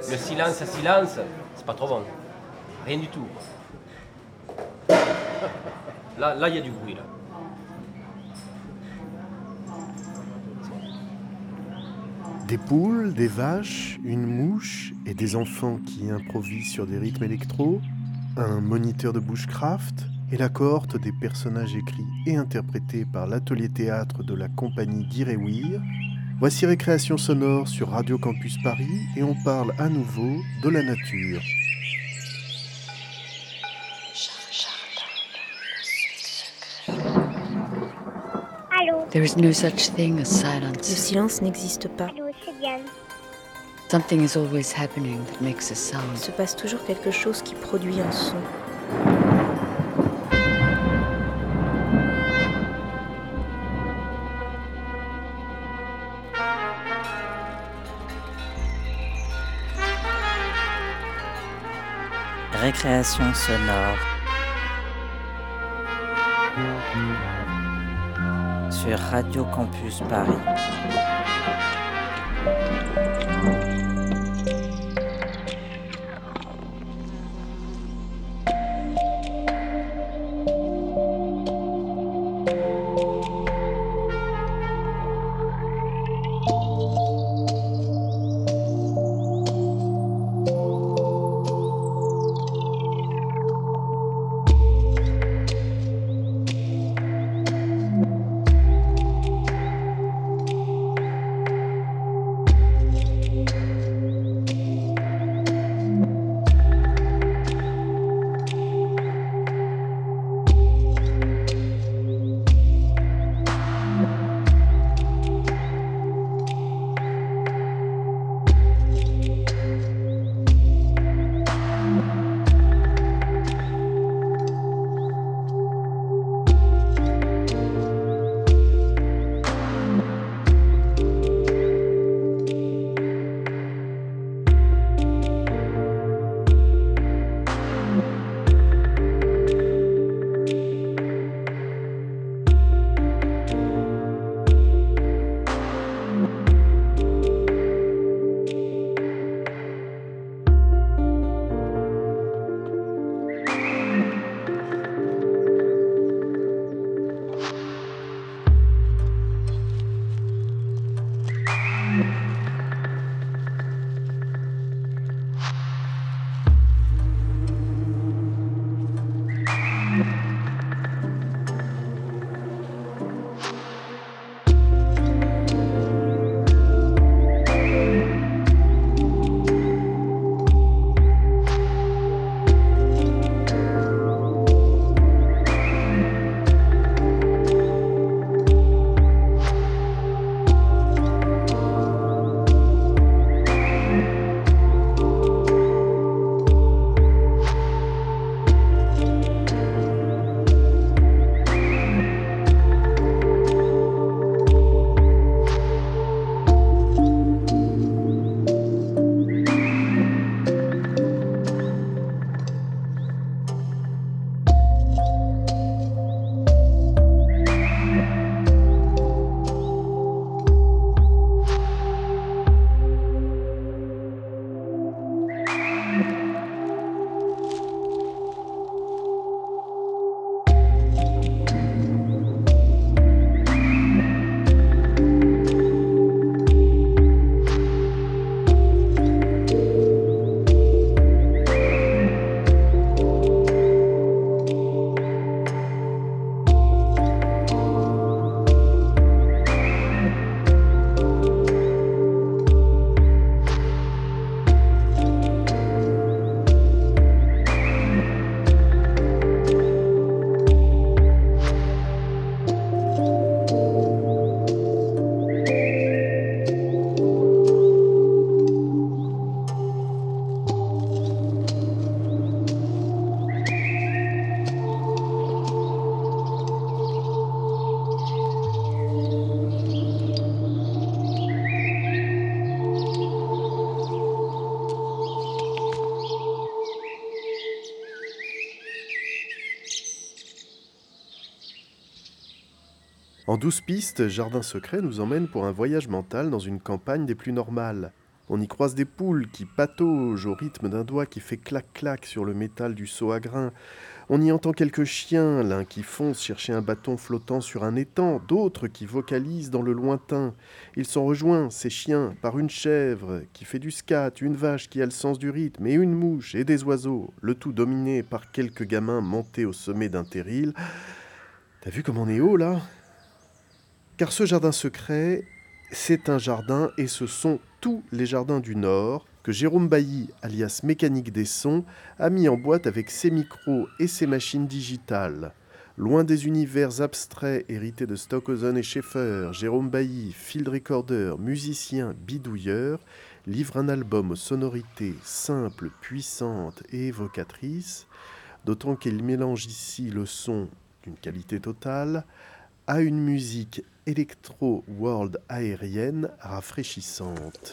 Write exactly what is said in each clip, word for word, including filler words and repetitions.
Le silence à silence, c'est pas trop bon. Rien du tout. Là, là, il y a du bruit, là. Des poules, des vaches, une mouche et des enfants qui improvisent sur des rythmes électro, un moniteur de bushcraft et la cohorte des personnages écrits et interprétés par l'atelier théâtre de la compagnie d'Irewir. Voici Récréation sonore sur Radio Campus Paris et on parle à nouveau de la nature. There is no such thing as silence. Le silence n'existe pas. Allô, c'est Diane. Something is always happening that makes a sound. Il se passe toujours quelque chose qui produit un son. Récréation sonore sur Radio Campus Paris. En douze pistes, Jardin Secret nous emmène pour un voyage mental dans une campagne des plus normales. On y croise des poules qui pataugent au rythme d'un doigt qui fait clac-clac sur le métal du seau à grains. On y entend quelques chiens, l'un qui fonce chercher un bâton flottant sur un étang, d'autres qui vocalisent dans le lointain. Ils sont rejoints, ces chiens, par une chèvre qui fait du scat, une vache qui a le sens du rythme, et une mouche et des oiseaux, le tout dominé par quelques gamins montés au sommet d'un terril. T'as vu comme on est haut, là ? Car ce jardin secret, c'est un jardin, et ce sont tous les jardins du Nord, que Jérôme Bailly, alias Mécanique des Sons, a mis en boîte avec ses micros et ses machines digitales. Loin des univers abstraits hérités de Stockhausen et Schaeffer, Jérôme Bailly, field recorder, musicien, bidouilleur, livre un album aux sonorités simples, puissantes et évocatrices, d'autant qu'il mélange ici le son d'une qualité totale à une musique électro-world aérienne rafraîchissante.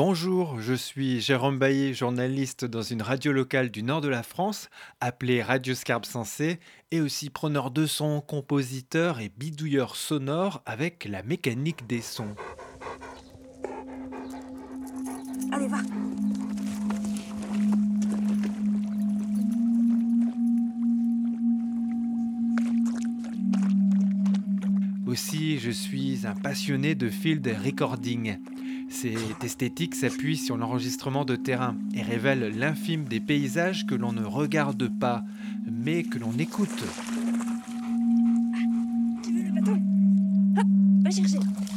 Bonjour, je suis Jérôme Baillet, journaliste dans une radio locale du nord de la France, appelée Radio Scarpe Sensée, et aussi preneur de son, compositeur et bidouilleur sonore avec la mécanique des sons. Allez, va! Aussi, je suis un passionné de field recording. Cette esthétique s'appuie sur l'enregistrement de terrain et révèle l'infime des paysages que l'on ne regarde pas, mais que l'on écoute. Tu veux le bâton? Ah, va chercher.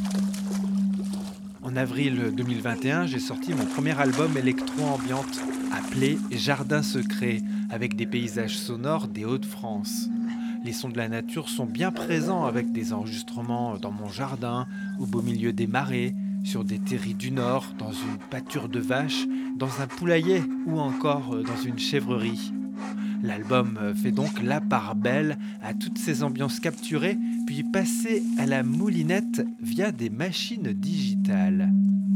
En avril deux mille vingt et un, j'ai sorti mon premier album électro-ambiante, appelé Jardin secret, avec des paysages sonores des Hauts-de-France. Les sons de la nature sont bien présents avec des enregistrements dans mon jardin, au beau milieu des marais, sur des terris du Nord, dans une pâture de vaches, dans un poulailler ou encore dans une chèvrerie. L'album fait donc la part belle à toutes ces ambiances capturées, puis passées à la moulinette via des machines digitales.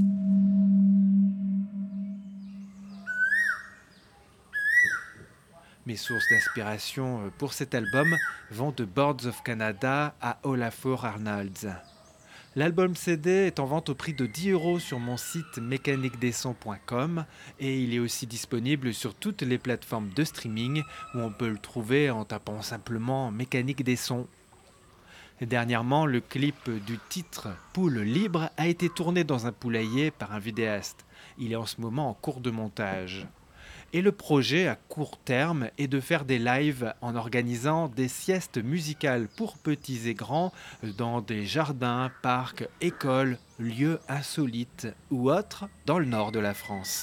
Mes sources d'inspiration pour cet album vont de Boards of Canada à Olafur Arnalds. L'album C D est en vente au prix de dix euros sur mon site mécanique des sons point com et il est aussi disponible sur toutes les plateformes de streaming où on peut le trouver en tapant simplement Mécanique des sons. Dernièrement, le clip du titre Poule libre a été tourné dans un poulailler par un vidéaste. Il est en ce moment en cours de montage. Et le projet à court terme est de faire des lives en organisant des siestes musicales pour petits et grands dans des jardins, parcs, écoles, lieux insolites ou autres dans le nord de la France.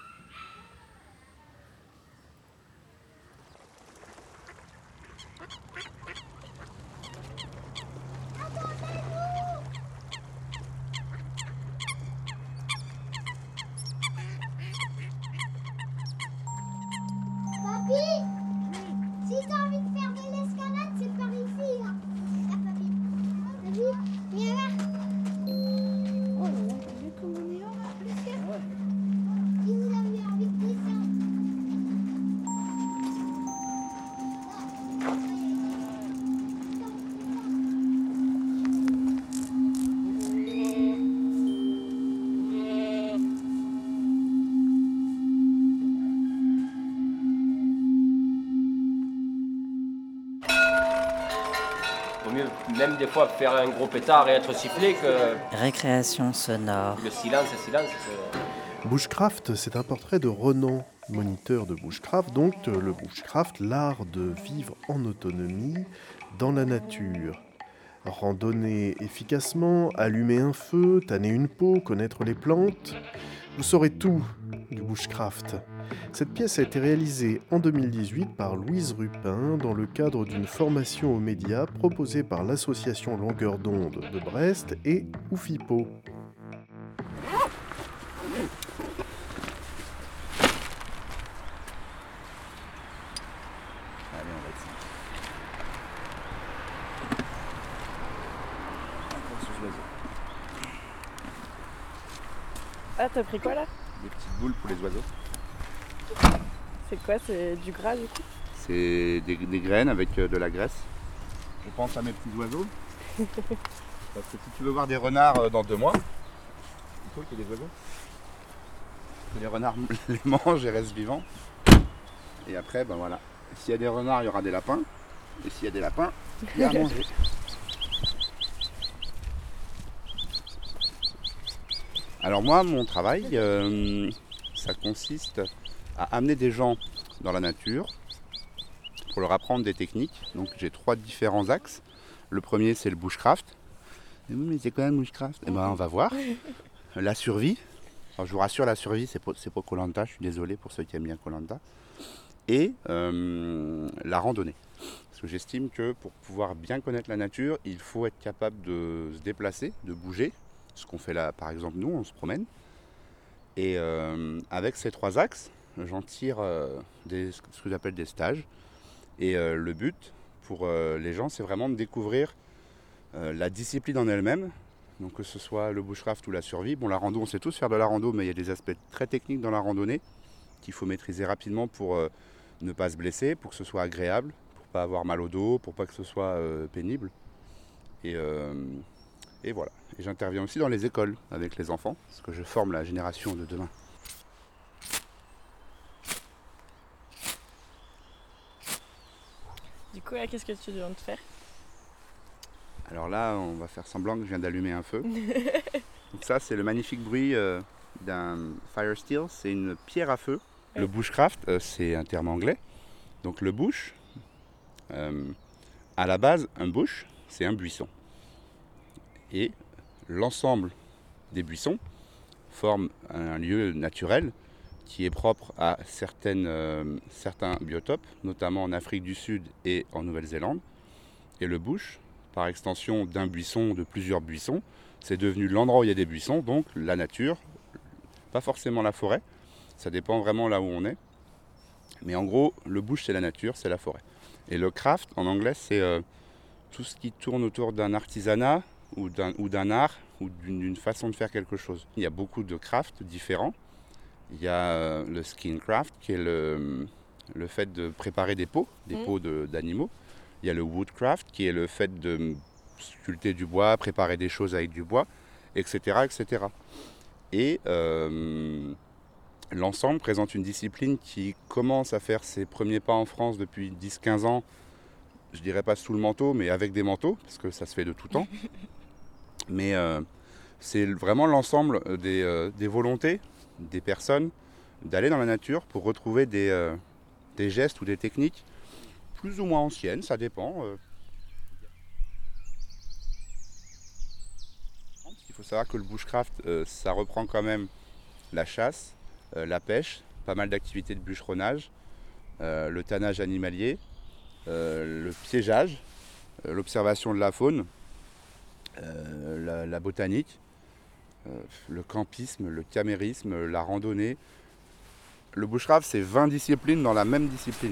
Si t'as envie de faire de l'escalade, c'est par ici. Hein. La papy. T'as vu? Viens là. Oh là là, t'as vu comme on est haut là, Lucien? Ouais. Si vous avez envie de descendre. Vaut mieux même des fois faire un gros pétard et être sifflé que Récréation sonore. le silence, le silence. c'est- Bushcraft, c'est un portrait de Renan, moniteur de Bushcraft, donc le Bushcraft, l'art de vivre en autonomie dans la nature. Randonner efficacement, allumer un feu, tanner une peau, connaître les plantes. Vous saurez tout du Bushcraft. Cette pièce a été réalisée en deux mille dix-huit par Louise Rupin dans le cadre d'une formation aux médias proposée par l'association Longueur d'onde de Brest et Oufipo. Allez, on va essayer. Encore sous l'oiseau. Ah, t'as pris quoi là? Des petites boules pour les oiseaux. C'est quoi? C'est du gras du coup? C'est des, des graines avec de la graisse. Je pense à mes petits oiseaux. Parce que si tu veux voir des renards dans deux mois, il faut qu'il y ait des oiseaux. Que les renards les mangent et restent vivants. Et après, ben voilà. S'il y a des renards, il y aura des lapins. Et s'il y a des lapins, il y a à manger. Alors moi, mon travail, euh, ça consiste à amener des gens dans la nature pour leur apprendre des techniques. Donc j'ai trois différents axes. Le premier, c'est le bushcraft. Et oui, mais c'est quoi le bushcraft? Eh ben, on va voir. La survie. Alors, je vous rassure, la survie, c'est pas, c'est pas Koh Lanta. Je suis désolé pour ceux qui aiment bien Koh Lanta. Et euh, la randonnée. Parce que j'estime que pour pouvoir bien connaître la nature, il faut être capable de se déplacer, de bouger. Ce qu'on fait là, par exemple, nous, on se promène. Et euh, avec ces trois axes, j'en tire euh, des, ce que j'appelle des stages. Et euh, le but pour euh, les gens, c'est vraiment de découvrir euh, la discipline en elle-même, Donc que ce soit le bushcraft ou la survie. Bon, la rando, on sait tous faire de la rando, mais il y a des aspects très techniques dans la randonnée qu'il faut maîtriser rapidement pour euh, ne pas se blesser, pour que ce soit agréable, pour pas avoir mal au dos, pour pas que ce soit euh, pénible. Et, euh, et voilà. Et j'interviens aussi dans les écoles avec les enfants, parce que je forme la génération de demain. Du coup, qu'est-ce que tu viens de faire? Alors là, on va faire semblant que je viens d'allumer un feu. Donc ça, c'est le magnifique bruit euh, d'un fire steel. C'est une pierre à feu. Ouais. Le bushcraft, euh, c'est un terme anglais. Donc le bush, euh, à la base, un bush, c'est un buisson. Et l'ensemble des buissons forme un lieu naturel qui est propre à certaines, euh, certains biotopes, notamment en Afrique du Sud et en Nouvelle-Zélande. Et le bush, par extension d'un buisson, de plusieurs buissons, c'est devenu l'endroit où il y a des buissons, donc la nature, pas forcément la forêt, ça dépend vraiment là où on est. Mais en gros, le bush c'est la nature, c'est la forêt. Et le craft, en anglais, c'est euh, tout ce qui tourne autour d'un artisanat ou d'un, ou d'un art ou d'une, d'une façon de faire quelque chose. Il y a beaucoup de crafts différents. Il y a euh, le skin craft, qui est le, le fait de préparer des peaux, des mmh. peaux de, d'animaux. Il y a le woodcraft qui est le fait de sculpter du bois, préparer des choses avec du bois, et cetera et cetera. Et euh, l'ensemble présente une discipline qui commence à faire ses premiers pas en France depuis dix à quinze ans. Je dirais pas sous le manteau, mais avec des manteaux, parce que ça se fait de tout temps. Mais euh, c'est vraiment l'ensemble des, euh, des volontés des personnes d'aller dans la nature pour retrouver des, euh, des gestes ou des techniques plus ou moins anciennes, ça dépend. Il faut savoir que le bushcraft, euh, ça reprend quand même la chasse, euh, la pêche, pas mal d'activités de bûcheronnage, euh, le tannage animalier, euh, le piégeage, euh, l'observation de la faune, euh, la, la botanique, euh, le campisme, le camérisme, la randonnée. Le bushcraft, c'est vingt disciplines dans la même discipline.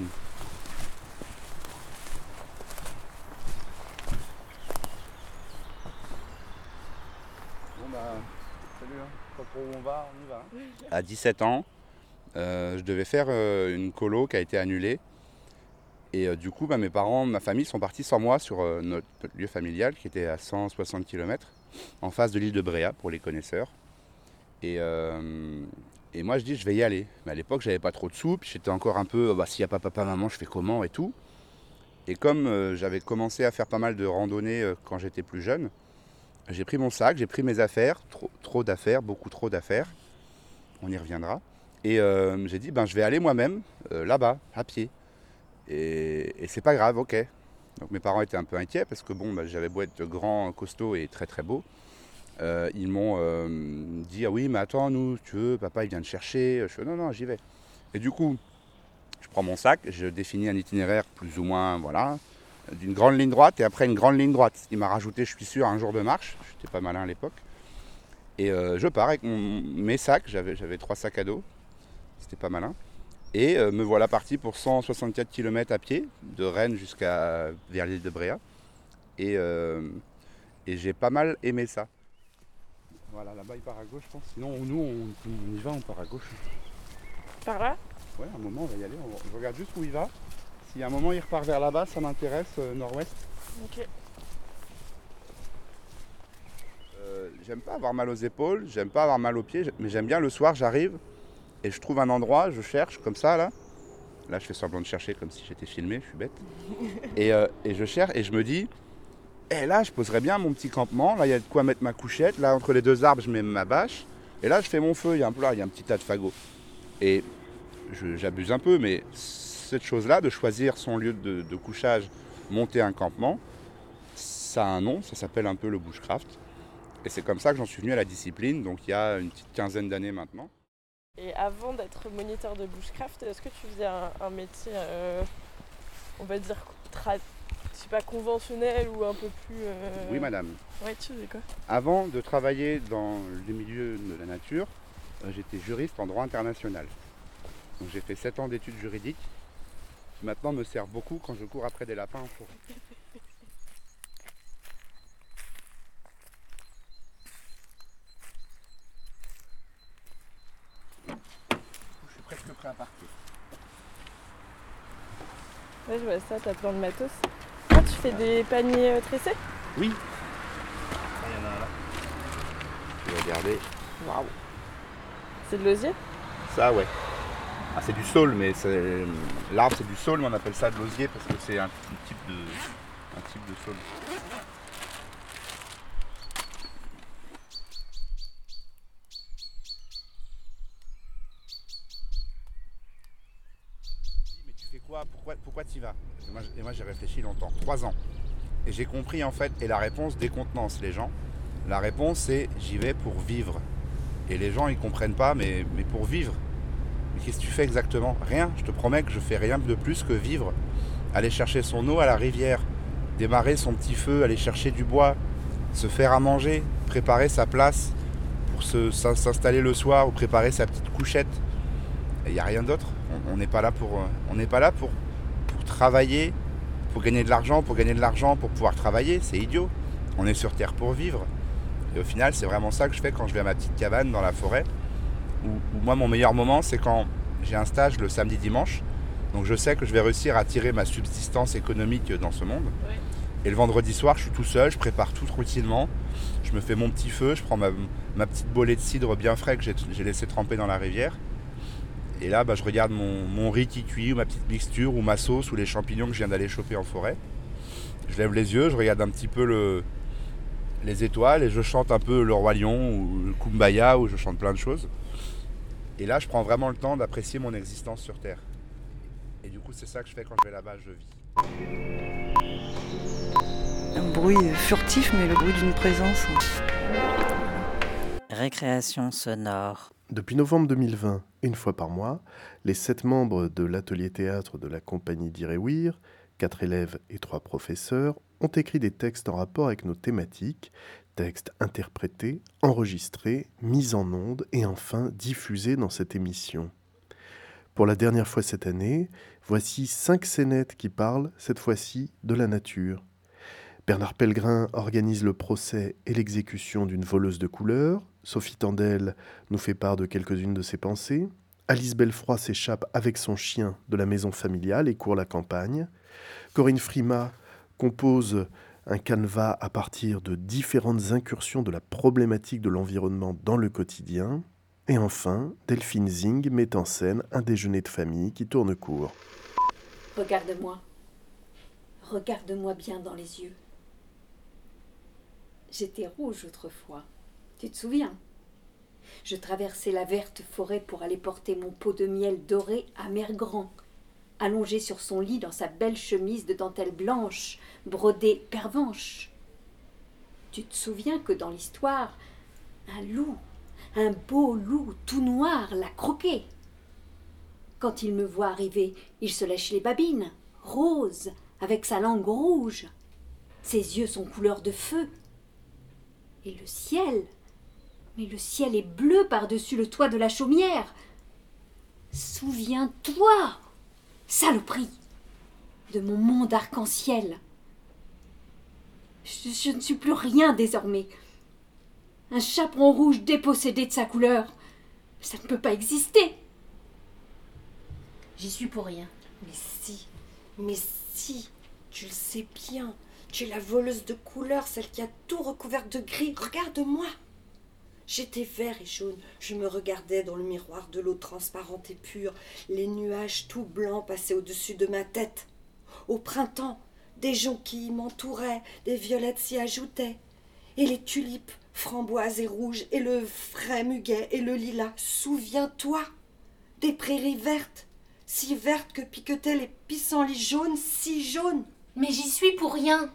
Où on va, on y va. À dix-sept ans, euh, je devais faire euh, une colo qui a été annulée. Et euh, du coup, bah, mes parents, ma famille sont partis sans moi sur euh, notre lieu familial qui était à cent soixante kilomètres en face de l'île de Bréa pour les connaisseurs. Et, euh, et moi, je dis, je vais y aller. Mais à l'époque, j'avais pas trop de sous. Puis j'étais encore un peu, bah, s'il n'y a pas papa, maman, je fais comment et tout. Et comme euh, j'avais commencé à faire pas mal de randonnées euh, quand j'étais plus jeune, j'ai pris mon sac, j'ai pris mes affaires, trop, trop d'affaires, beaucoup trop d'affaires, on y reviendra. Et euh, j'ai dit, ben, je vais aller moi-même euh, là-bas, à pied. Et, et c'est pas grave, ok. Donc mes parents étaient un peu inquiets parce que bon, ben, j'avais beau être grand, costaud et très très beau. Euh, ils m'ont euh, dit, ah oui, mais attends, nous, tu veux, papa il vient te chercher. Je fais, non, non, j'y vais. Et du coup, je prends mon sac, je définis un itinéraire plus ou moins, voilà, d'une grande ligne droite et après une grande ligne droite. Il m'a rajouté, je suis sûr, un jour de marche. J'étais pas malin à l'époque. Et euh, je pars avec mon, mes sacs. J'avais, j'avais trois sacs à dos. C'était pas malin. Et euh, me voilà parti pour cent soixante-quatre kilomètres à pied, de Rennes jusqu'à vers l'île de Bréa. Et, euh, et j'ai pas mal aimé ça. Voilà, là-bas il part à gauche, je pense. Sinon, nous, on, on y va, on part à gauche. Par là? Ouais, à un moment, on va y aller. On va, je regarde juste où il va. Si à un moment il repart vers là-bas, ça m'intéresse, euh, nord-ouest. Ok. Euh, j'aime pas avoir mal aux épaules, j'aime pas avoir mal aux pieds, mais j'aime bien le soir, j'arrive et je trouve un endroit, je cherche comme ça là. Là, je fais semblant de chercher comme si j'étais filmé, je suis bête. et, euh, et je cherche et je me dis, eh, là, je poserais bien mon petit campement. Là, il y a de quoi mettre ma couchette. Là, entre les deux arbres, je mets ma bâche. Et là, je fais mon feu. Il y a un peu là, il y a un petit tas de fagots. Et je, j'abuse un peu, mais cette chose-là, de choisir son lieu de, de couchage, monter un campement, ça a un nom, ça s'appelle un peu le bushcraft. Et c'est comme ça que j'en suis venu à la discipline, donc il y a une petite quinzaine d'années maintenant. Et avant d'être moniteur de bushcraft, est-ce que tu faisais un, un métier, euh, on va dire, tra- je sais pas, conventionnel ou un peu plus... Euh... Oui, madame. Ouais, tu faisais quoi? Avant de travailler dans les milieux de la nature, euh, j'étais juriste en droit international. Donc j'ai fait sept ans d'études juridiques, qui maintenant me servent beaucoup quand je cours après des lapins en forêt. parquet. Ouais, je vois ça, t'as plein de matos. Ah, tu fais des paniers euh, tressés? Oui. Ah, il y en a un là. Je vais regarder. Waouh. C'est de l'osier? Ça, ouais. Ah, c'est du saule, mais c'est... l'arbre c'est du saule, mais on appelle ça de l'osier parce que c'est un, un type de, un type de saule. Mais tu fais quoi? Pourquoi, pourquoi tu y vas? Et moi, et moi j'ai réfléchi longtemps, trois ans. Et j'ai compris en fait, et la réponse décontenance les gens. La réponse c'est j'y vais pour vivre. Et les gens ils comprennent pas, mais, mais pour vivre. Mais qu'est-ce que tu fais exactement? Rien, je te promets que je fais rien de plus que vivre. Aller chercher son eau à la rivière, démarrer son petit feu, aller chercher du bois, se faire à manger, préparer sa place pour se, s'installer le soir ou préparer sa petite couchette. Il n'y a rien d'autre. On n'est pas là pour, on n'est pas là pour, pour travailler, pour gagner de l'argent, pour gagner de l'argent, pour pouvoir travailler. C'est idiot. On est sur Terre pour vivre. Et au final, c'est vraiment ça que je fais quand je vais à ma petite cabane dans la forêt. Où, où moi, mon meilleur moment, c'est quand j'ai un stage le samedi dimanche. Donc je sais que je vais réussir à tirer ma subsistance économique dans ce monde. Oui. Et le vendredi soir, je suis tout seul, je prépare tout routinement. Je me fais mon petit feu, je prends ma, ma petite bolée de cidre bien frais que j'ai, j'ai laissé tremper dans la rivière. Et là, bah, je regarde mon, mon riz qui cuit, ou ma petite mixture, ou ma sauce, ou les champignons que je viens d'aller choper en forêt. Je lève les yeux, je regarde un petit peu le, les étoiles, et je chante un peu le Roi Lion, ou le Kumbaya, ou je chante plein de choses. Et là, je prends vraiment le temps d'apprécier mon existence sur Terre. Et du coup, c'est ça que je fais quand je vais là-bas, je vis. Un bruit furtif, mais le bruit d'une présence. Récréation sonore. Depuis novembre deux mille vingt, une fois par mois, les sept membres de l'atelier théâtre de la compagnie d'Irewir, quatre élèves et trois professeurs, ont écrit des textes en rapport avec nos thématiques, textes interprétés, enregistrés, mis en ondes et enfin diffusés dans cette émission. Pour la dernière fois cette année, voici cinq scénettes qui parlent, cette fois-ci, de la nature. Bernard Pellegrin organise le procès et l'exécution d'une voleuse de couleurs. Sophie Tandel nous fait part de quelques-unes de ses pensées. Alice Belfroy s'échappe avec son chien de la maison familiale et court la campagne. Corinne Frima compose un canevas à partir de différentes incursions de la problématique de l'environnement dans le quotidien. Et enfin, Delphine Zing met en scène un déjeuner de famille qui tourne court. Regarde-moi. Regarde-moi bien dans les yeux. J'étais rouge autrefois, tu te souviens? Je traversais la verte forêt pour aller porter mon pot de miel doré à Mère Grand, allongée sur son lit dans sa belle chemise de dentelle blanche, brodée pervenche. Tu te souviens que dans l'histoire, un loup, un beau loup tout noir l'a croqué. Quand il me voit arriver, il se lèche les babines, rose, avec sa langue rouge. Ses yeux sont couleur de feu. Et le ciel, mais le ciel est bleu par-dessus le toit de la chaumière. Souviens-toi, saloperie, de mon monde arc-en-ciel. Je, je ne suis plus rien désormais. Un chaperon rouge dépossédé de sa couleur, ça ne peut pas exister. J'y suis pour rien. Mais si, mais si, tu le sais bien. Tu es la voleuse de couleurs, celle qui a tout recouvert de gris. Regarde-moi. J'étais vert et jaune. Je me regardais dans le miroir de l'eau transparente et pure. Les nuages tout blancs passaient au-dessus de ma tête. Au printemps, des jonquilles m'entouraient, des violettes s'y ajoutaient. Et les tulipes, framboises et rouges, et le frais muguet et le lilas. Souviens-toi, des prairies vertes, si vertes que piquetaient les pissenlits jaunes, si jaunes. Mais j'y suis pour rien.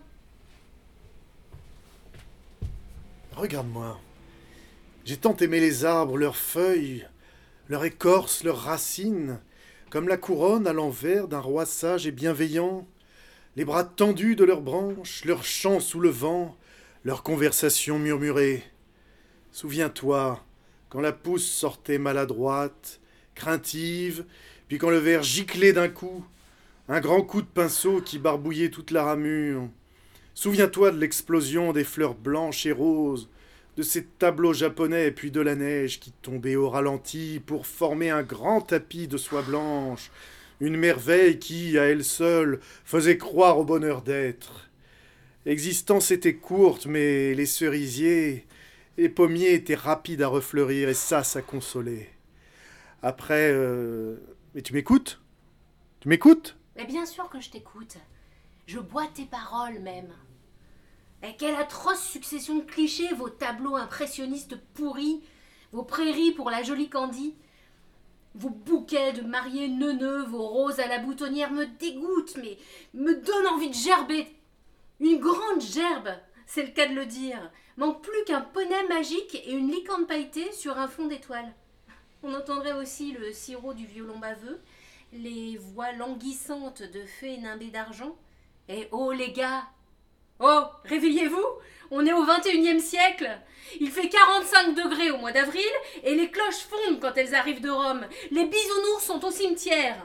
Regarde-moi. J'ai tant aimé les arbres, leurs feuilles, leur écorce, leurs racines, comme la couronne à l'envers d'un roi sage et bienveillant, les bras tendus de leurs branches, leurs chants sous le vent, leurs conversations murmurées. Souviens-toi, quand la pousse sortait maladroite, craintive, puis quand le verre giclait d'un coup, un grand coup de pinceau qui barbouillait toute la ramure. Souviens-toi de l'explosion des fleurs blanches et roses, de ces tableaux japonais, puis de la neige qui tombait au ralenti pour former un grand tapis de soie blanche, une merveille qui, à elle seule, faisait croire au bonheur d'être. L'existence était courte, mais les cerisiers, les pommiers étaient rapides à refleurir, et ça, ça consolait. Après, euh... mais tu m'écoutes ? Tu m'écoutes ? Mais bien sûr que je t'écoute. Je bois tes paroles même. Et quelle atroce succession de clichés, vos tableaux impressionnistes pourris, vos prairies pour la jolie Candy, vos bouquets de mariés neuneux, vos roses à la boutonnière me dégoûtent, mais me donnent envie de gerber. Une grande gerbe, c'est le cas de le dire. Manque plus qu'un poney magique et une licorne pailletée sur un fond d'étoiles. On entendrait aussi le sirop du violon baveux, les voix languissantes de fées nimbées d'argent. Et oh les gars, oh, réveillez-vous, on est au vingt et unième siècle. Il fait quarante-cinq degrés au mois d'avril et les cloches fondent quand elles arrivent de Rome. Les bisounours sont au cimetière.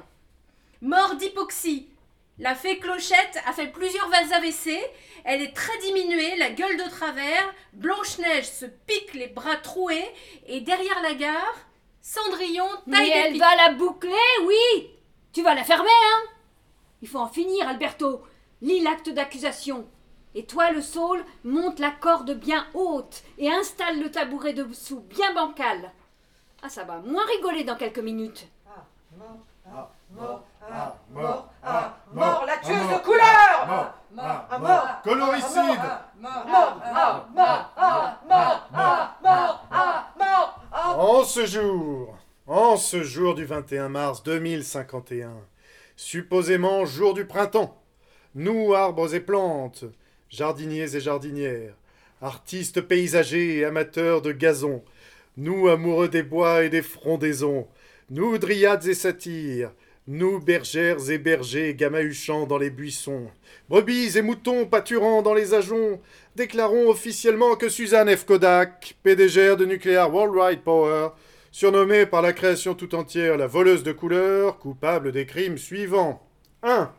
Mort d'hypoxie. La fée Clochette a fait plusieurs A V C, elle est très diminuée, la gueule de travers, Blanche-Neige se pique les bras troués et derrière la gare, Cendrillon taille Mais elle des va la boucler, oui. Tu vas la fermer, hein. Il faut en finir, Alberto. Lis l'acte d'accusation. Et toi, le saule, monte la corde bien haute et installe le tabouret dessous bien bancal. Ah, ça va moins rigoler dans quelques minutes. Ah, mort, ah, mort, ah, mort, ah, mort, la tueuse de couleur. Mort, mort, ah, mort, coloricide. Mort, mort, ah, mort, ah, mort, ah, mort, ah, mort, ah. En ce jour, en ce jour du vingt et un mars deux mille cinquante et un, supposément jour du printemps, nous, arbres et plantes, jardiniers et jardinières, artistes paysagers et amateurs de gazon, nous, amoureux des bois et des frondaisons, nous, dryades et satyres, nous, bergères et bergers gamahuchant dans les buissons, brebis et moutons pâturant dans les ajoncs, déclarons officiellement que Suzanne F. Kodak, P D G de Nuclear Worldwide Power, surnommée par la création tout entière la voleuse de couleurs, coupable des crimes suivants. un.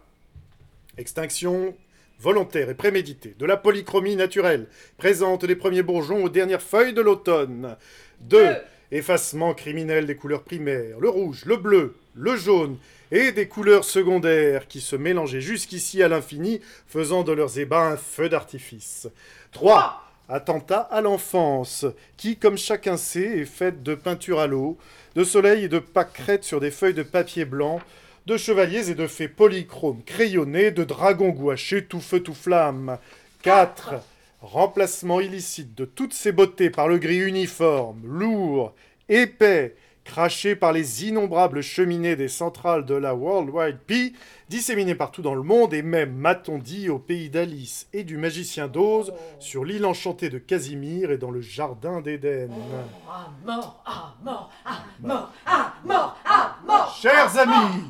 Extinction volontaire et préméditée de la polychromie naturelle, présente des premiers bourgeons aux dernières feuilles de l'automne. deux. Effacement criminel des couleurs primaires, le rouge, le bleu, le jaune, et des couleurs secondaires qui se mélangeaient jusqu'ici à l'infini, faisant de leurs ébats un feu d'artifice. trois. Attentat à l'enfance, qui, comme chacun sait, est faite de peinture à l'eau, de soleil et de pâquerettes sur des feuilles de papier blanc, de chevaliers et de fées polychromes crayonnés, de dragons gouachés tout feu tout flamme. quatre. Remplacement illicite de toutes ces beautés par le gris uniforme, lourd, épais, craché par les innombrables cheminées des centrales de la Worldwide P, disséminées partout dans le monde et même, m'a-t-on dit, au pays d'Alice et du magicien d'Oz, sur l'île enchantée de Casimir et dans le jardin d'Éden. Ah, mort, ah, mort, ah, mort, ah, mort, ah, mort. Chers amis,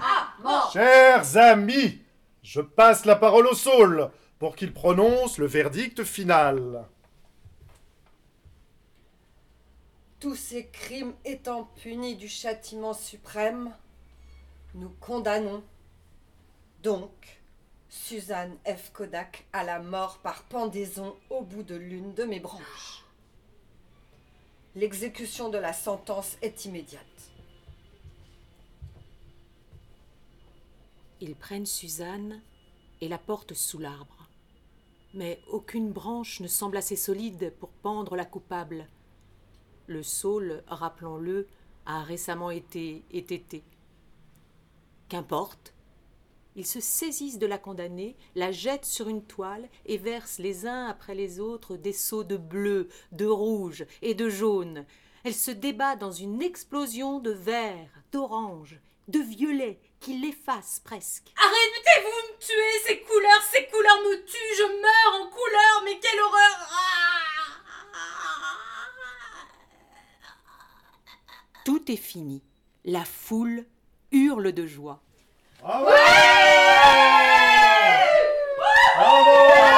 chers amis, je passe la parole au saule pour qu'il prononce le verdict final. Tous ces crimes étant punis du châtiment suprême, nous condamnons donc Suzanne F. Kodak à la mort par pendaison au bout de l'une de mes branches. L'exécution de la sentence est immédiate. Ils prennent Suzanne et la portent sous l'arbre. Mais aucune branche ne semble assez solide pour pendre la coupable. Le saule, rappelons-le, a récemment été étêté. Qu'importe. Ils se saisissent de la condamnée, la jettent sur une toile et versent les uns après les autres des seaux de bleu, de rouge et de jaune. Elle se débat dans une explosion de vert, d'orange, de violet qui l'efface presque. Arrêtez-vous de me tuer, ces couleurs, ces couleurs me tuent, je meurs en couleurs, mais quelle horreur! Tout est fini. La foule hurle de joie. Bravo! Ouais! Bravo!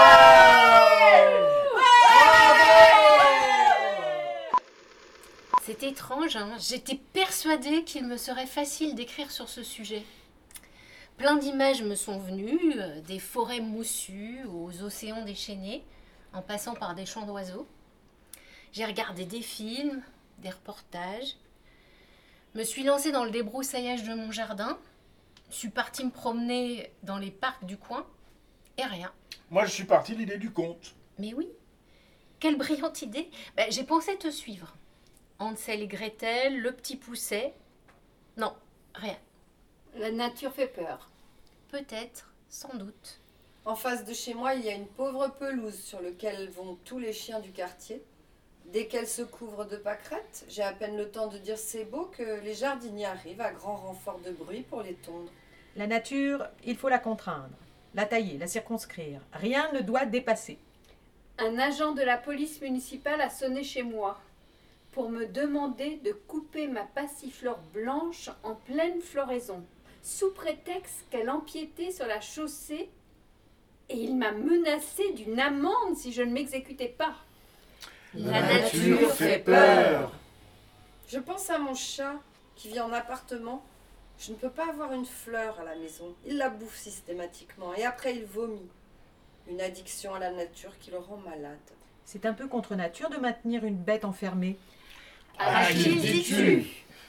C'est étrange, hein. J'étais persuadée qu'il me serait facile d'écrire sur ce sujet. Plein d'images me sont venues, euh, des forêts moussues aux océans déchaînés, en passant par des champs d'oiseaux. J'ai regardé des films, des reportages. Me suis lancée dans le débroussaillage de mon jardin. Suis partie me promener dans les parcs du coin. Et rien. Moi, je suis parti de l'idée du conte. Mais oui. Quelle brillante idée. Ben, j'ai pensé te suivre. Hansel et Gretel, le petit pousset. Non, rien. La nature fait peur. Peut-être, sans doute. En face de chez moi, il y a une pauvre pelouse sur laquelle vont tous les chiens du quartier. Dès qu'elle se couvre de pâquerettes, j'ai à peine le temps de dire c'est beau que les jardiniers arrivent à grand renfort de bruit pour les tondre. La nature, il faut la contraindre, la tailler, la circonscrire. Rien ne doit dépasser. Un agent de la police municipale a sonné chez moi pour me demander de couper ma passiflore blanche en pleine floraison, sous prétexte qu'elle empiétait sur la chaussée, et il m'a menacé d'une amende si je ne m'exécutais pas. La nature fait peur. Je pense à mon chat qui vit en appartement. Je ne peux pas avoir une fleur à la maison. Il la bouffe systématiquement et après il vomit. Une addiction à la nature qui le rend malade. C'est un peu contre nature de maintenir une bête enfermée. À qui dis-tu ?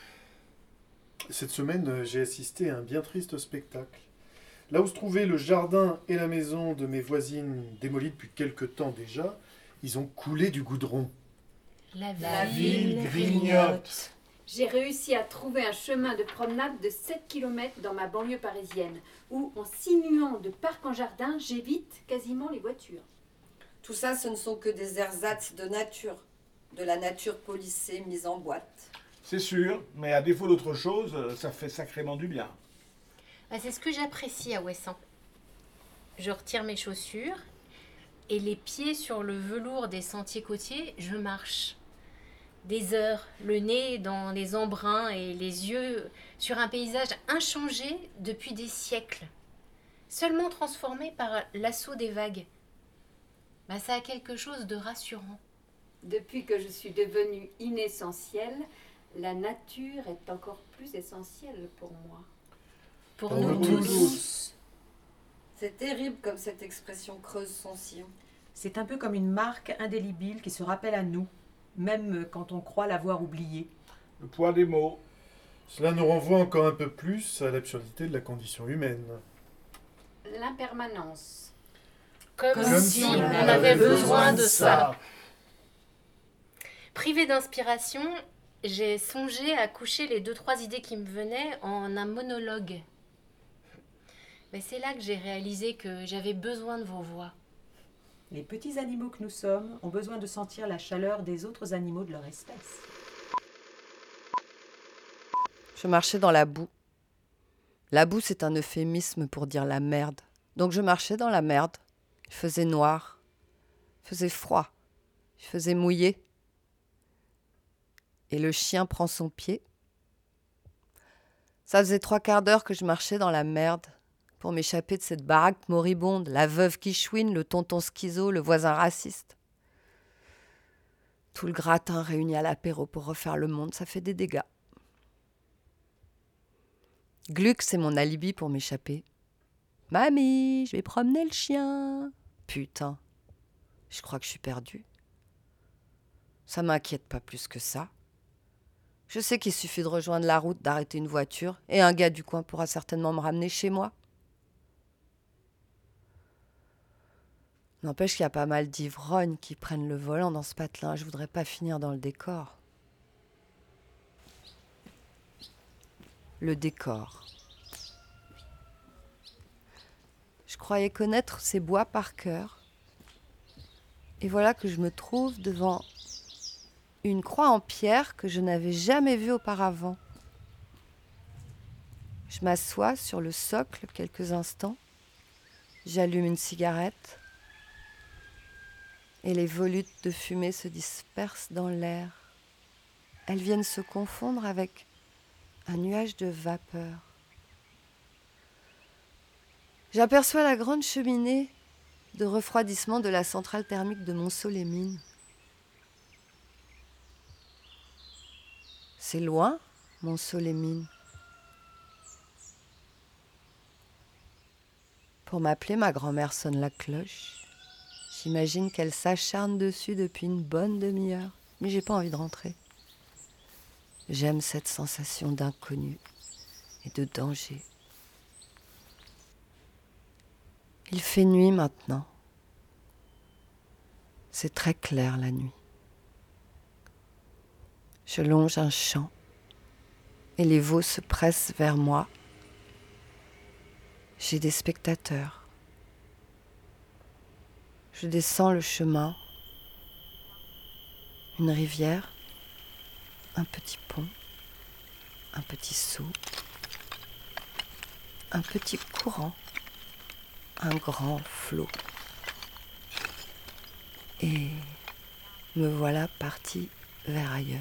Cette semaine, j'ai assisté à un bien triste spectacle. Là où se trouvait le jardin et la maison de mes voisines démolies depuis quelque temps déjà, ils ont coulé du goudron. La, La ville grignote. J'ai réussi à trouver un chemin de promenade de sept kilomètres dans ma banlieue parisienne, où, en sinuant de parc en jardin, j'évite quasiment les voitures. Tout ça, ce ne sont que des ersatz de nature. De la nature policée mise en boîte. C'est sûr, mais à défaut d'autre chose, ça fait sacrément du bien. Bah, c'est ce que j'apprécie à Ouessant. Je retire mes chaussures et les pieds sur le velours des sentiers côtiers, je marche. Des heures, le nez dans les embruns et les yeux sur un paysage inchangé depuis des siècles, seulement transformé par l'assaut des vagues. Bah, ça a quelque chose de rassurant. Depuis que je suis devenue inessentielle, la nature est encore plus essentielle pour moi. Pour, pour nous, nous tous. tous. C'est terrible comme cette expression creuse son sillon. C'est un peu comme une marque indélébile qui se rappelle à nous, même quand on croit l'avoir oubliée. Le poids des mots. Cela nous renvoie encore un peu plus à l'absurdité de la condition humaine. L'impermanence. Comme, Comme si si on on avait avait besoin de de ça. ça. Privée d'inspiration, j'ai songé à coucher les deux trois idées qui me venaient en un monologue. Mais c'est là que j'ai réalisé que j'avais besoin de vos voix. Les petits animaux que nous sommes ont besoin de sentir la chaleur des autres animaux de leur espèce. Je marchais dans la boue. La boue, c'est un euphémisme pour dire la merde. Donc je marchais dans la merde. Il faisait noir. Il faisait froid. Il faisait mouillé. Et le chien prend son pied. Ça faisait trois quarts d'heure que je marchais dans la merde pour m'échapper de cette baraque moribonde, la veuve qui chouine, le tonton schizo, le voisin raciste. Tout le gratin réuni à l'apéro pour refaire le monde, ça fait des dégâts. Gluck, c'est mon alibi pour m'échapper. Mamie, je vais promener le chien. Putain, je crois que je suis perdue. Ça m'inquiète pas plus que ça. Je sais qu'il suffit de rejoindre la route, d'arrêter une voiture, et un gars du coin pourra certainement me ramener chez moi. N'empêche qu'il y a pas mal d'ivrognes qui prennent le volant dans ce patelin. Je voudrais pas finir dans le décor. Le décor. Je croyais connaître ces bois par cœur. Et voilà que je me trouve devant une croix en pierre que je n'avais jamais vue auparavant. Je m'assois sur le socle quelques instants. J'allume une cigarette. Et les volutes de fumée se dispersent dans l'air. Elles viennent se confondre avec un nuage de vapeur. J'aperçois la grande cheminée de refroidissement de la centrale thermique de Montceau-les-Mines. C'est loin, Montceau-les-Mines. Pour m'appeler, ma grand-mère sonne la cloche. J'imagine qu'elle s'acharne dessus depuis une bonne demi-heure. mais j'ai pas envie de rentrer. J'aime cette sensation d'inconnu et de danger. Il fait nuit maintenant. C'est très clair la nuit. Je longe un champ et les veaux se pressent vers moi. J'ai des spectateurs. Je descends le chemin. Une rivière, un petit pont, un petit seau, un petit courant, un grand flot. Et me voilà partie vers ailleurs.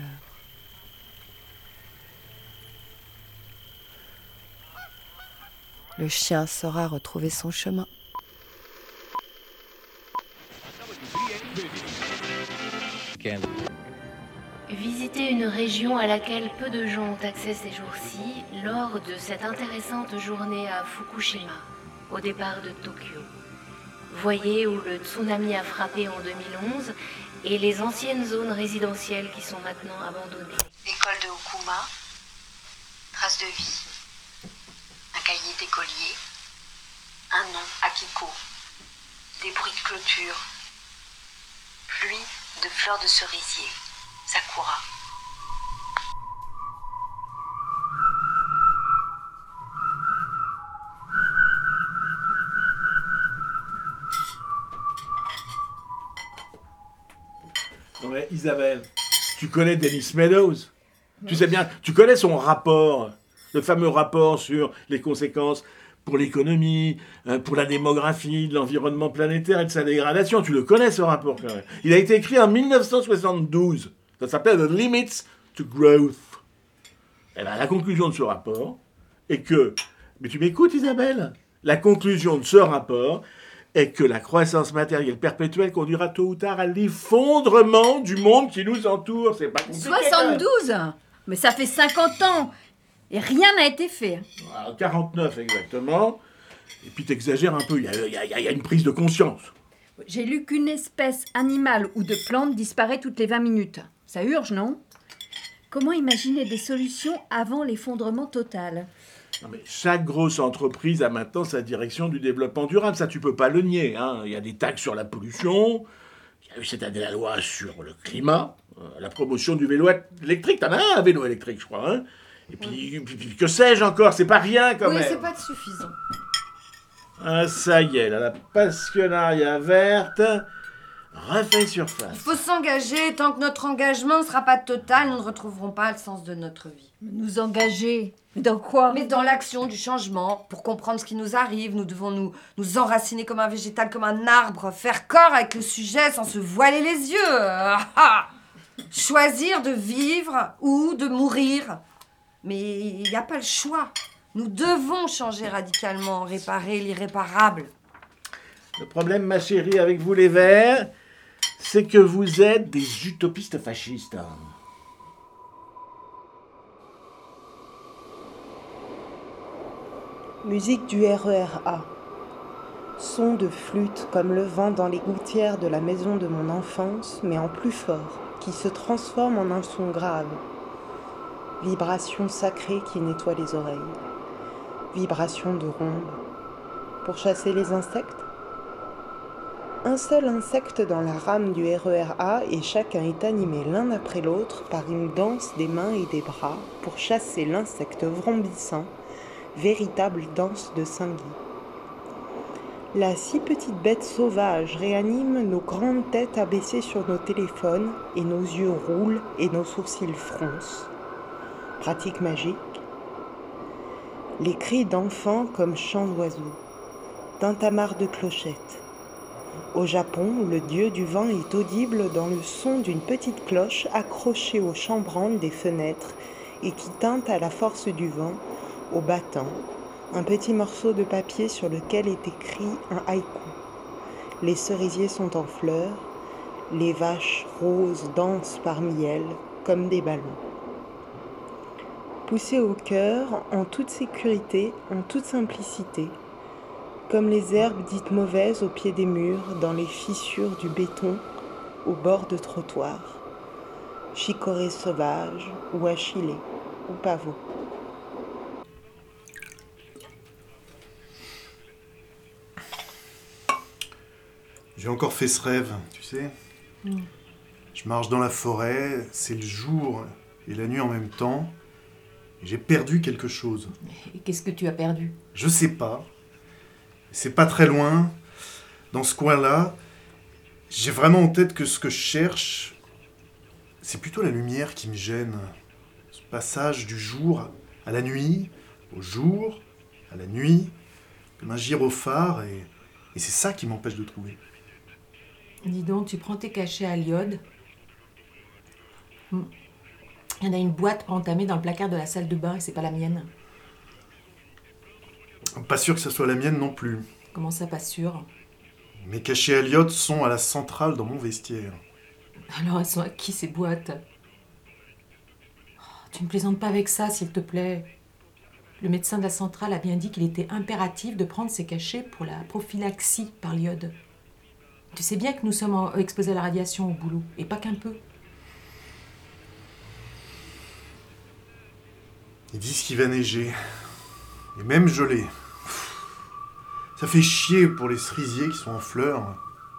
Le chien saura retrouver son chemin. Visiter une région à laquelle peu de gens ont accès ces jours-ci lors de cette intéressante journée à Fukushima, au départ de Tokyo. Voyez où le tsunami a frappé en deux mille onze et les anciennes zones résidentielles qui sont maintenant abandonnées. École de Okuma, trace de vie, un cahier d'écolier, un nom, Akiko, des bruits de clôture, pluie de fleurs de cerisier, Sakura. Non mais Isabelle, tu connais Dennis Meadows? Tu sais bien, tu connais son rapport, le fameux rapport sur les conséquences pour l'économie, pour la démographie, de l'environnement planétaire et de sa dégradation. Tu le connais ce rapport quand même. Il a été écrit en mille neuf cent soixante-douze. Ça s'appelle The Limits to Growth. Et bien, la conclusion de ce rapport est que... Mais tu m'écoutes Isabelle? La conclusion de ce rapport est que la croissance matérielle perpétuelle conduira tôt ou tard à l'effondrement du monde qui nous entoure. C'est pas compliqué. soixante-douze? Mais ça fait cinquante ans et rien n'a été fait. Alors, quarante-neuf exactement. Et puis t'exagères un peu, il y a, y, a, y a une prise de conscience. J'ai lu qu'une espèce animale ou de plante disparaît toutes les vingt minutes. Ça urge, non? Comment imaginer des solutions avant l'effondrement total? Non mais chaque grosse entreprise a maintenant sa direction du développement durable, ça tu peux pas le nier. Hein. Il y a des taxes sur la pollution, il y a eu cette année la loi sur le climat, euh, la promotion du vélo électrique, t'en as un, un vélo électrique je crois. Hein. Et puis, puis, puis que sais-je encore, c'est pas rien quand oui, même. Oui, c'est pas suffisant. Ah ça y est, là, la passionnariat verte refait surface. Il faut s'engager, tant que notre engagement ne sera pas total, nous ne retrouverons pas le sens de notre vie. Nous engager? Dans quoi? Mais dans l'action du changement. Pour comprendre ce qui nous arrive, nous devons nous, nous enraciner comme un végétal, comme un arbre, faire corps avec le sujet sans se voiler les yeux. Ah, ah. Choisir de vivre ou de mourir. Mais il n'y a pas le choix. Nous devons changer radicalement, réparer l'irréparable. Le problème, ma chérie, avec vous les Verts, c'est que vous êtes des utopistes fascistes. Musique du R E R A. Son de flûte comme le vent dans les gouttières de la maison de mon enfance, mais en plus fort, qui se transforme en un son grave. Vibration sacrée qui nettoie les oreilles. Vibration de ronde. Pour chasser les insectes? Un seul insecte dans la rame du R E R A et chacun est animé l'un après l'autre par une danse des mains et des bras pour chasser l'insecte vrombissant, véritable danse de Saint-Guy. La si petite bête sauvage réanime nos grandes têtes abaissées sur nos téléphones et nos yeux roulent et nos sourcils froncent. Pratique magique. Les cris d'enfants comme chants d'oiseaux. Tintamarre de clochettes. Au Japon, le dieu du vent est audible dans le son d'une petite cloche accrochée au chambranle des fenêtres et qui tinte à la force du vent, au battant, un petit morceau de papier sur lequel est écrit un haïku. Les cerisiers sont en fleurs, les vaches roses dansent parmi elles comme des ballons. Poussé au cœur, en toute sécurité, en toute simplicité, comme les herbes dites mauvaises au pied des murs, dans les fissures du béton, au bord de trottoirs. chicorée sauvage ou achillée ou pavot. J'ai encore fait ce rêve, tu sais. Mm. Je marche dans la forêt, c'est le jour et la nuit en même temps. Et j'ai perdu quelque chose. Et qu'est-ce que tu as perdu? Je sais pas. C'est pas très loin. Dans ce coin-là, j'ai vraiment en tête que ce que je cherche, c'est plutôt la lumière qui me gêne. Ce passage du jour à la nuit, au jour, à la nuit, comme un gyrophare, et, et c'est ça qui m'empêche de trouver. Dis donc, tu prends tes cachets à l'iode. Hmm. Il y en a une boîte entamée dans le placard de la salle de bain et c'est pas la mienne. Pas sûr que ce soit la mienne non plus. Comment ça, pas sûr? Mes cachets à l'iode sont à la centrale dans mon vestiaire. Alors elles sont à qui ces boîtes? Oh, tu ne plaisantes pas avec ça, s'il te plaît. Le médecin de la centrale a bien dit qu'il était impératif de prendre ces cachets pour la prophylaxie par l'iode. Tu sais bien que nous sommes en- exposés à la radiation au boulot, et pas qu'un peu. Ils disent qu'il va neiger. Et même gelé. Ça fait chier pour les cerisiers qui sont en fleurs.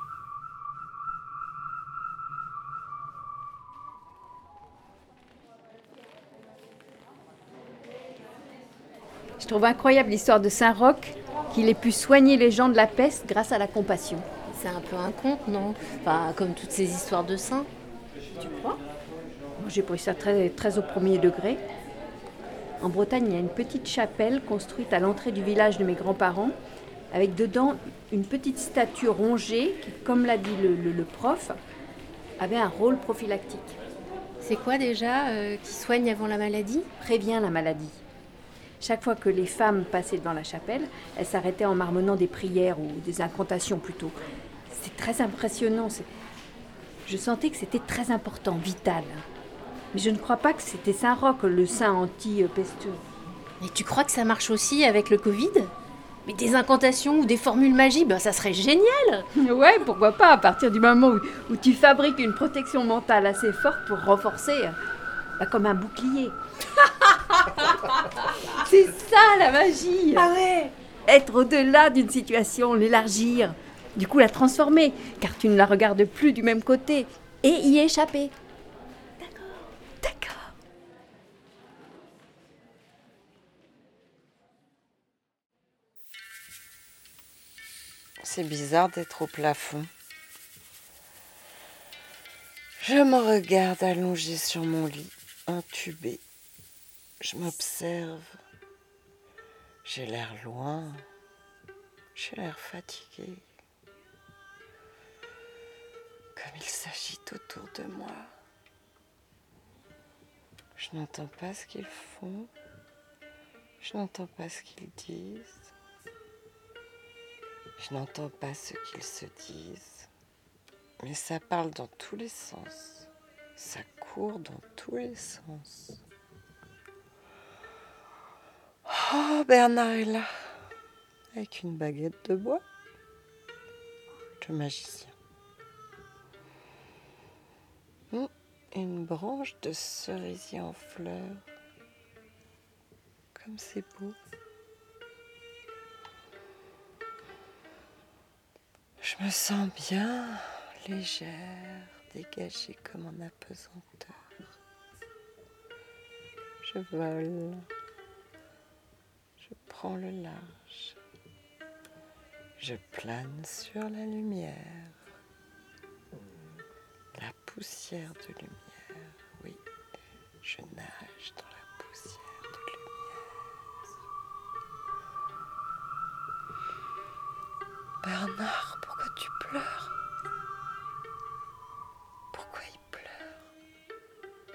Je trouve incroyable l'histoire de Saint-Roch, qu'il ait pu soigner les gens de la peste grâce à la compassion. C'est un peu un conte, non? Enfin, comme toutes ces histoires de saints. Tu crois? Moi, j'ai pris ça très, très au premier degré. En Bretagne, il y a une petite chapelle construite à l'entrée du village de mes grands-parents, avec dedans une petite statue rongée qui, comme l'a dit le, le- le prof, avait un rôle prophylactique. C'est quoi déjà euh, qui soigne avant la maladie? Prévient la maladie. Chaque fois que les femmes passaient devant la chapelle, elles s'arrêtaient en marmonnant des prières ou des incantations plutôt. C'est très impressionnant. c'est- Je sentais que c'était très important, vital. Mais je ne crois pas que c'était Saint-Roch, le saint anti-pesteux. Et tu crois que ça marche aussi avec le Covid? Mais des incantations ou des formules magiques, ben ça serait génial! Ouais, pourquoi pas, à partir du moment où, où tu fabriques une protection mentale assez forte pour renforcer, bah, comme un bouclier. C'est ça la magie! Ah ouais! Être au-delà d'une situation, l'élargir, du coup la transformer, car tu ne la regardes plus du même côté, et y échapper. C'est bizarre d'être au plafond. Je me regarde allongée sur mon lit, intubée. Je m'observe. J'ai l'air loin. J'ai l'air fatiguée. Comme il s'agite autour de moi. Je n'entends pas ce qu'ils font. Je n'entends pas ce qu'ils disent. Je n'entends pas ce qu'ils se disent, mais ça parle dans tous les sens. Ça court dans tous les sens. Oh, Bernard est là, avec une baguette de bois. Le magicien. Hum, une branche de cerisier en fleurs. Comme c'est beau. Je me sens bien, légère, dégagée comme en apesanteur. Je vole, je prends le large, je plane sur la lumière, la poussière de lumière, oui, je nage dans la poussière de lumière. Bernard, pourquoi tu pleures? Pourquoi il pleure?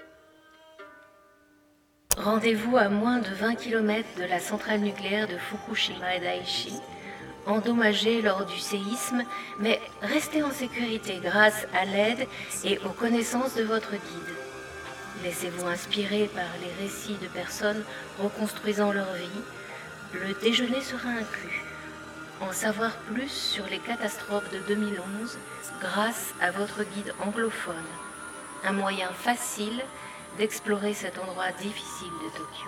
Rendez-vous à moins de vingt kilomètres de la centrale nucléaire de Fukushima et Daiichi, endommagée lors du séisme, mais restez en sécurité grâce à l'aide et aux connaissances de votre guide. Laissez-vous inspirer par les récits de personnes reconstruisant leur vie. Le déjeuner sera inclus. En savoir plus sur les catastrophes de deux mille onze grâce à votre guide anglophone. Un moyen facile d'explorer cet endroit difficile de Tokyo.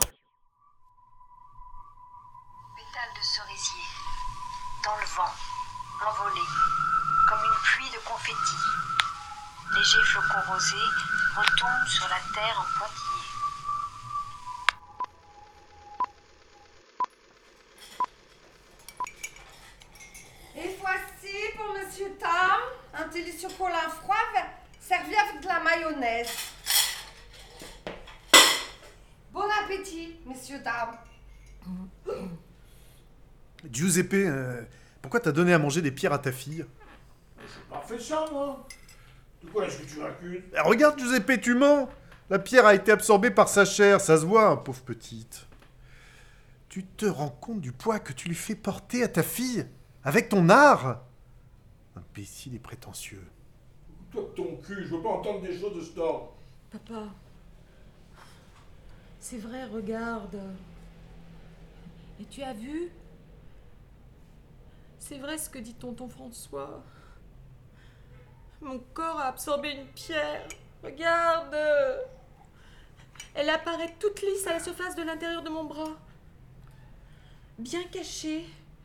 Pétales de cerisier, dans le vent, envolés, comme une pluie de confettis. Légers flocons rosés retombent sur la terre en pointillés. Et voici pour Monsieur Tam un délicieux colin froid servi avec de la mayonnaise. Bon appétit, messieurs, dames. Giuseppe, euh, pourquoi t'as donné à manger des pierres à ta fille? J'ai pas fait ça, moi. De quoi est-ce que tu m'accuses? Eh, regarde, Giuseppe, tu mens. La pierre a été absorbée par sa chair, ça se voit, pauvre petite. Tu te rends compte du poids que tu lui fais porter à ta fille? Avec ton art? Imbécile et prétentieux. Toi de ton cul, je veux pas entendre des choses de ce ordre. Papa, c'est vrai, regarde. Et tu as vu? C'est vrai ce que dit tonton François. Mon corps a absorbé une pierre. Regarde. Elle apparaît toute lisse à la surface de l'intérieur de mon bras. Bien cachée.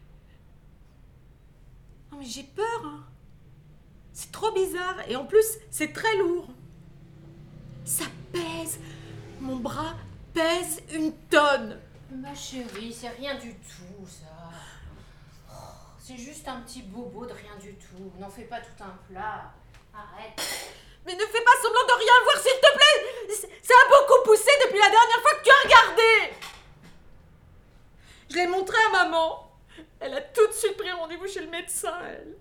Non mais j'ai peur. Hein. C'est trop bizarre. Et en plus, c'est très lourd. Ça pèse. Mon bras pèse une tonne. Ma chérie, c'est rien du tout, ça. Oh, c'est juste un petit bobo de rien du tout. N'en fais pas tout un plat. Arrête. Mais ne fais pas semblant de rien voir, s'il te plaît. Ça a beaucoup poussé depuis la dernière fois que tu as regardé. Je l'ai montré à maman. Elle a tout de suite pris rendez-vous chez le médecin, elle.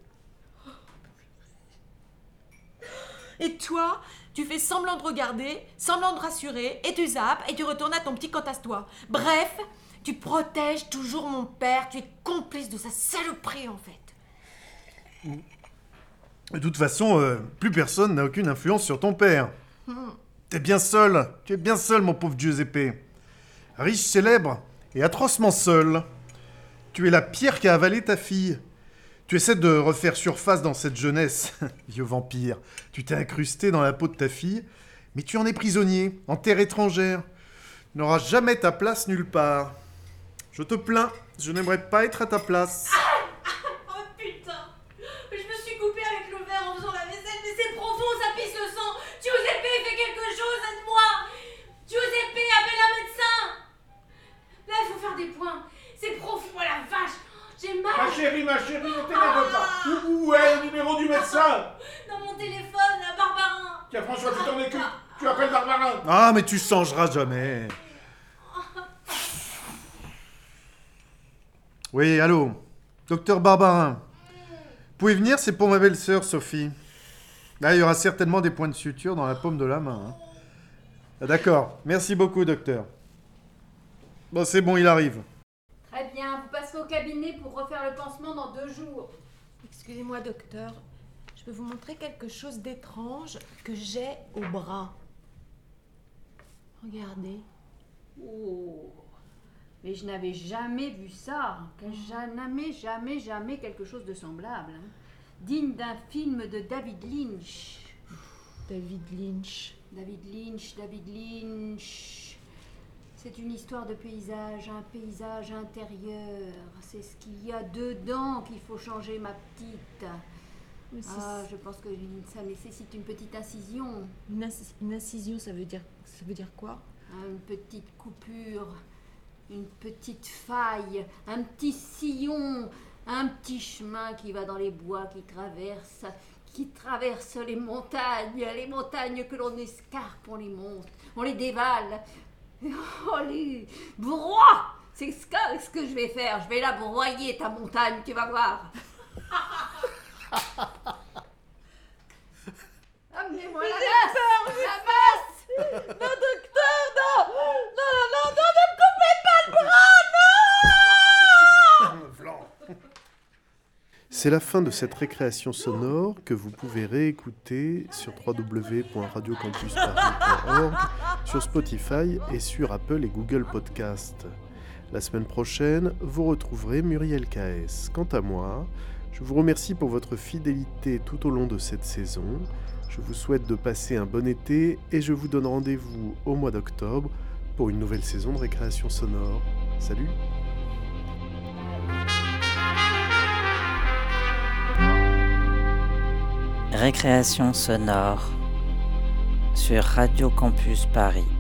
Et toi, tu fais semblant de regarder, semblant de rassurer, et tu zappes, et tu retournes à ton petit cantasse-toi. Bref, tu protèges toujours mon père, tu es complice de sa saloperie, en fait. De toute façon, euh, plus personne n'a aucune influence sur ton père. Hmm. T'es bien seul, tu es bien seul, mon pauvre Giuseppe. Riche, célèbre et atrocement seul. Tu es la pierre qui a avalé ta fille. Tu essaies de refaire surface dans cette jeunesse, vieux vampire. Tu t'es incrusté dans la peau de ta fille, mais tu en es prisonnier, en terre étrangère. Tu n'auras jamais ta place nulle part. Je te plains, je n'aimerais pas être à ta place. Oh putain! Je me suis coupée avec le verre en faisant la vaisselle, mais c'est profond, ça pisse le sang! Giuseppe, fais quelque chose, aide-moi! Giuseppe, appelle un médecin! Là, il faut faire des points. C'est profond, oh la vache! J'ai mal! Ma chérie, ma chérie, ne t'énerve pas! Où, où est le numéro du médecin? Dans mon téléphone, là, Barbarin! Tiens, François, tu t'en occupes. Tu appelles Barbarin. Ah, mais tu changeras jamais. Oui, allô, docteur Barbarin. Vous pouvez venir, c'est pour ma belle-sœur Sophie. Là, il y aura certainement des points de suture dans la paume de la main. Hein. Ah, d'accord, merci beaucoup, docteur. Bon, c'est bon, il arrive. Très bien, vous passerez au cabinet pour refaire le pansement dans deux jours. Excusez-moi, docteur. Je peux vous montrer quelque chose d'étrange que j'ai au bras. Regardez. Oh, mais je n'avais jamais vu ça. Jamais, jamais, jamais quelque chose de semblable. Hein. Digne d'un film de David Lynch. David Lynch. David Lynch, David Lynch. C'est une histoire de paysage, un paysage intérieur. C'est ce qu'il y a dedans qu'il faut changer, ma petite. Ah, je pense que ça nécessite une petite incision. Une, inc- une incision, ça veut dire, ça veut dire quoi? Une petite coupure, une petite faille, un petit sillon, un petit chemin qui va dans les bois, qui traverse, qui traverse les montagnes, les montagnes que l'on escarpe, on les monte, on les dévale. Oh, les broie! C'est ce que, ce que je vais faire. Je vais la broyer, ta montagne, tu vas voir. Amenez-moi la masse! La masse! Non, docteur, non! Non, non, non, non, ne me coupez pas le bras, non! C'est la fin de cette récréation sonore que vous pouvez réécouter sur w w w point radio campus paris point org, sur Spotify et sur Apple et Google Podcast. La semaine prochaine, vous retrouverez Muriel K S. Quant à moi, je vous remercie pour votre fidélité tout au long de cette saison. Je vous souhaite de passer un bon été et je vous donne rendez-vous au mois d'octobre pour une nouvelle saison de récréation sonore. Salut! Récréation sonore sur Radio Campus Paris.